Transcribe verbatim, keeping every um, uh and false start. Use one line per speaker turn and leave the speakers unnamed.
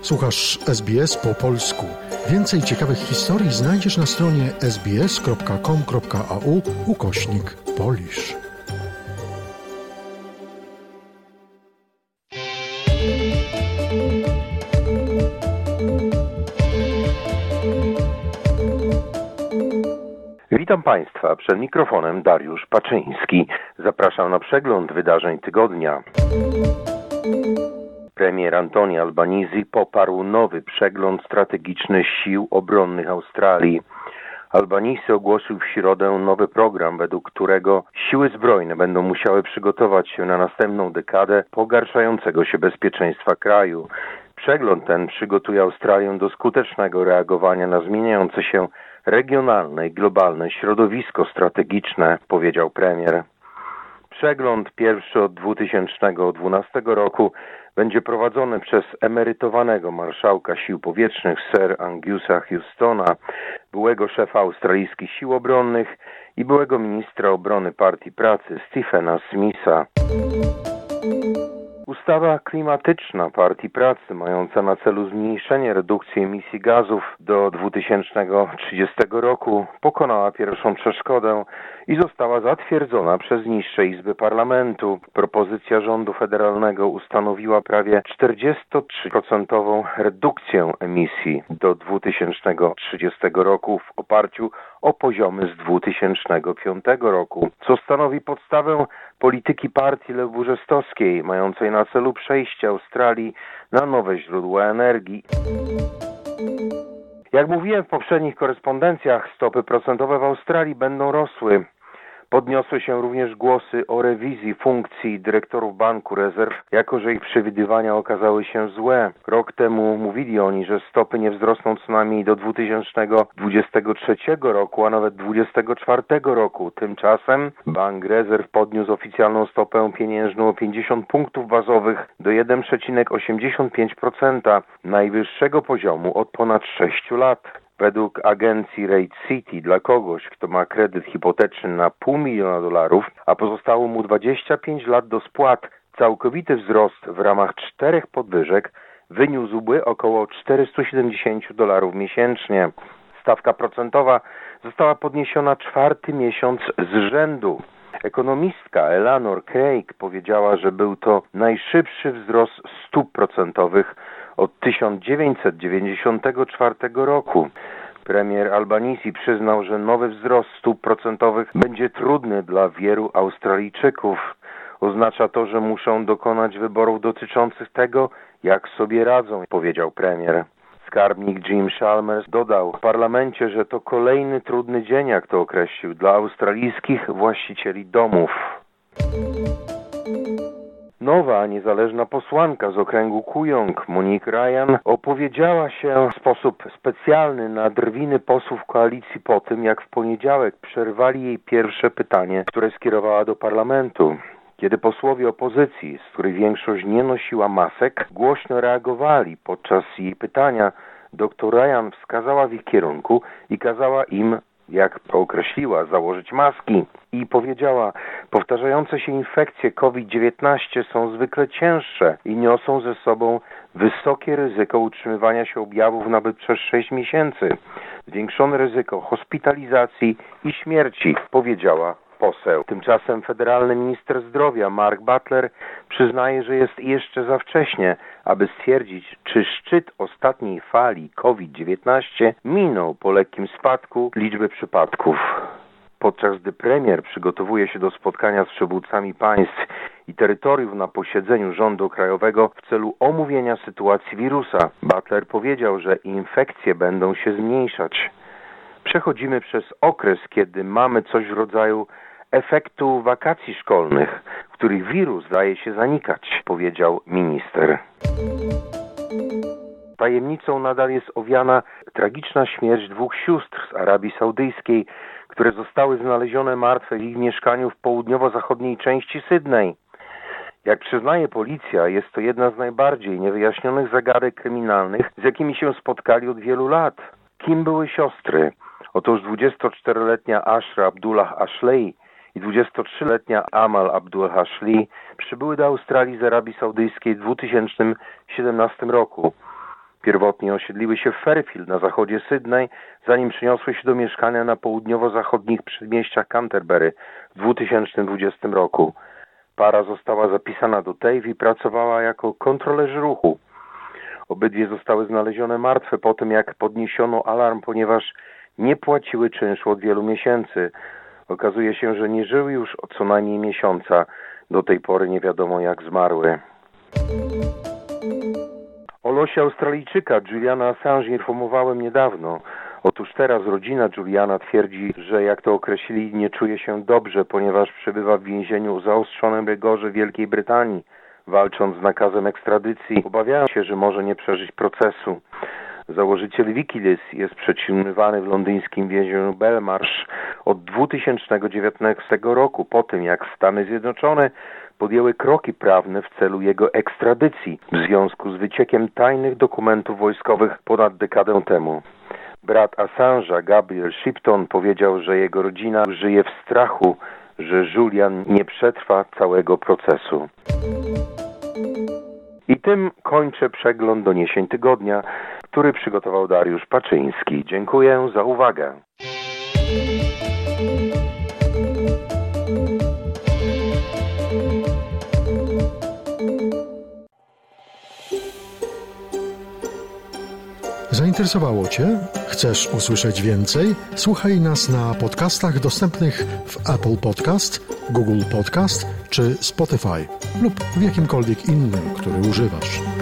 Słuchasz S B S po polsku. Więcej ciekawych historii znajdziesz na stronie sbs.com.au ukośnik Polish.
Witam Państwa, przed mikrofonem Dariusz Paczyński. Zapraszam na przegląd wydarzeń tygodnia. Premier Anthony Albanese poparł nowy przegląd strategiczny sił obronnych Australii. Albanese ogłosił w środę nowy program, według którego siły zbrojne będą musiały przygotować się na następną dekadę pogarszającego się bezpieczeństwa kraju. Przegląd ten przygotuje Australię do skutecznego reagowania na zmieniające się regionalne i globalne środowisko strategiczne, powiedział premier. Przegląd pierwszy od dwa tysiące dwunastego roku będzie prowadzony przez emerytowanego marszałka sił powietrznych Sir Angusa Houstona, byłego szefa australijskich sił obronnych i byłego ministra obrony Partii Pracy Stephena Smitha. Ustawa klimatyczna Partii Pracy, mająca na celu zmniejszenie redukcji emisji gazów do dwa tysiące trzydziestego roku, pokonała pierwszą przeszkodę i została zatwierdzona przez niższe izby parlamentu. Propozycja rządu federalnego ustanowiła prawie czterdziestotrzyprocentową redukcję emisji do dwa tysiące trzydziestego roku w oparciu o poziomy z dwa tysiące piątego roku, co stanowi podstawę polityki partii lewurzystowskiej, mającej na celu przejście Australii na nowe źródła energii. Jak mówiłem w poprzednich korespondencjach, stopy procentowe w Australii będą rosły. Podniosły się również głosy o rewizji funkcji dyrektorów Banku Rezerw, jako że ich przewidywania okazały się złe. Rok temu mówili oni, że stopy nie wzrosną co najmniej do dwa tysiące dwudziestego trzeciego roku, a nawet dwa tysiące dwudziestego czwartego roku. Tymczasem Bank Rezerw podniósł oficjalną stopę pieniężną o pięćdziesiąt punktów bazowych do jeden przecinek osiemdziesiąt pięć procent, najwyższego poziomu od ponad sześciu lat. Według agencji Rate City dla kogoś, kto ma kredyt hipoteczny na pół miliona dolarów, a pozostało mu dwadzieścia pięć lat do spłat, całkowity wzrost w ramach czterech podwyżek wyniósłby około czterysta siedemdziesiąt dolarów miesięcznie. Stawka procentowa została podniesiona czwarty miesiąc z rzędu. Ekonomistka Eleanor Craig powiedziała, że był to najszybszy wzrost stóp procentowych od tysiąc dziewięćset dziewięćdziesiątego czwartego roku. Premier Albanese przyznał, że nowy wzrost stóp procentowych będzie trudny dla wielu Australijczyków. Oznacza to, że muszą dokonać wyborów dotyczących tego, jak sobie radzą, powiedział premier. Skarbnik Jim Chalmers dodał w parlamencie, że to kolejny trudny dzień, jak to określił, dla australijskich właścicieli domów. Nowa, niezależna posłanka z okręgu Kujong, Monique Ryan, opowiedziała się w sposób specjalny na drwiny posłów koalicji po tym, jak w poniedziałek przerwali jej pierwsze pytanie, które skierowała do parlamentu. Kiedy posłowie opozycji, z której większość nie nosiła masek, głośno reagowali podczas jej pytania, doktor Ryan wskazała w ich kierunku i kazała im, jak to określiła, założyć maski i powiedziała: powtarzające się infekcje COVID dziewiętnaście są zwykle cięższe i niosą ze sobą wysokie ryzyko utrzymywania się objawów nawet przez sześć miesięcy. Zwiększone ryzyko hospitalizacji i śmierci, powiedziała poseł. Tymczasem federalny minister zdrowia Mark Butler przyznaje, że jest jeszcze za wcześnie, aby stwierdzić, czy szczyt ostatniej fali COVID dziewiętnaście minął po lekkim spadku liczby przypadków. Podczas gdy premier przygotowuje się do spotkania z przywódcami państw i terytoriów na posiedzeniu rządu krajowego w celu omówienia sytuacji wirusa, Butler powiedział, że infekcje będą się zmniejszać. Przechodzimy przez okres, kiedy mamy coś w rodzaju efektu wakacji szkolnych, w których wirus daje się zanikać, powiedział minister. Tajemnicą nadal jest owiana tragiczna śmierć dwóch sióstr z Arabii Saudyjskiej, które zostały znalezione martwe w ich mieszkaniu w południowo-zachodniej części Sydney. Jak przyznaje policja, jest to jedna z najbardziej niewyjaśnionych zagadek kryminalnych, z jakimi się spotkali od wielu lat. Kim były siostry? Otóż dwudziestoczteroletnia Ashra Abdullah Ashley i dwudziestotrzyletnia Amal Abdul Hashli przybyły do Australii z Arabii Saudyjskiej w dwa tysiące siedemnastym roku. Pierwotnie osiedliły się w Fairfield na zachodzie Sydney, zanim przeniosły się do mieszkania na południowo-zachodnich przedmieściach Canterbury w dwa tysiące dwudziestym roku. Para została zapisana do T A F E i pracowała jako kontrolerzy ruchu. Obydwie zostały znalezione martwe po tym, jak podniesiono alarm, ponieważ nie płaciły czynszu od wielu miesięcy. Okazuje się, że nie żyły już od co najmniej miesiąca. Do tej pory nie wiadomo, jak zmarły. O losie Australijczyka Juliana Assange informowałem niedawno. Otóż teraz rodzina Juliana twierdzi, że jak to określili, nie czuje się dobrze, ponieważ przebywa w więzieniu o zaostrzonym rygorze w Wielkiej Brytanii, walcząc z nakazem ekstradycji. Obawiają się, że może nie przeżyć procesu. Założyciel Wikileaks jest przetrzymywany w londyńskim więzieniu Belmarsh od dwa tysiące dziewiętnastego roku, po tym jak Stany Zjednoczone podjęły kroki prawne w celu jego ekstradycji w związku z wyciekiem tajnych dokumentów wojskowych ponad dekadę temu. Brat Assange'a, Gabriel Shipton, powiedział, że jego rodzina żyje w strachu, że Julian nie przetrwa całego procesu. I tym kończę przegląd doniesień tygodnia, który przygotował Dariusz Paczyński. Dziękuję za uwagę.
Zainteresowało Cię? Chcesz usłyszeć więcej? Słuchaj nas na podcastach dostępnych w Apple Podcast, Google Podcast czy Spotify lub w jakimkolwiek innym, który używasz.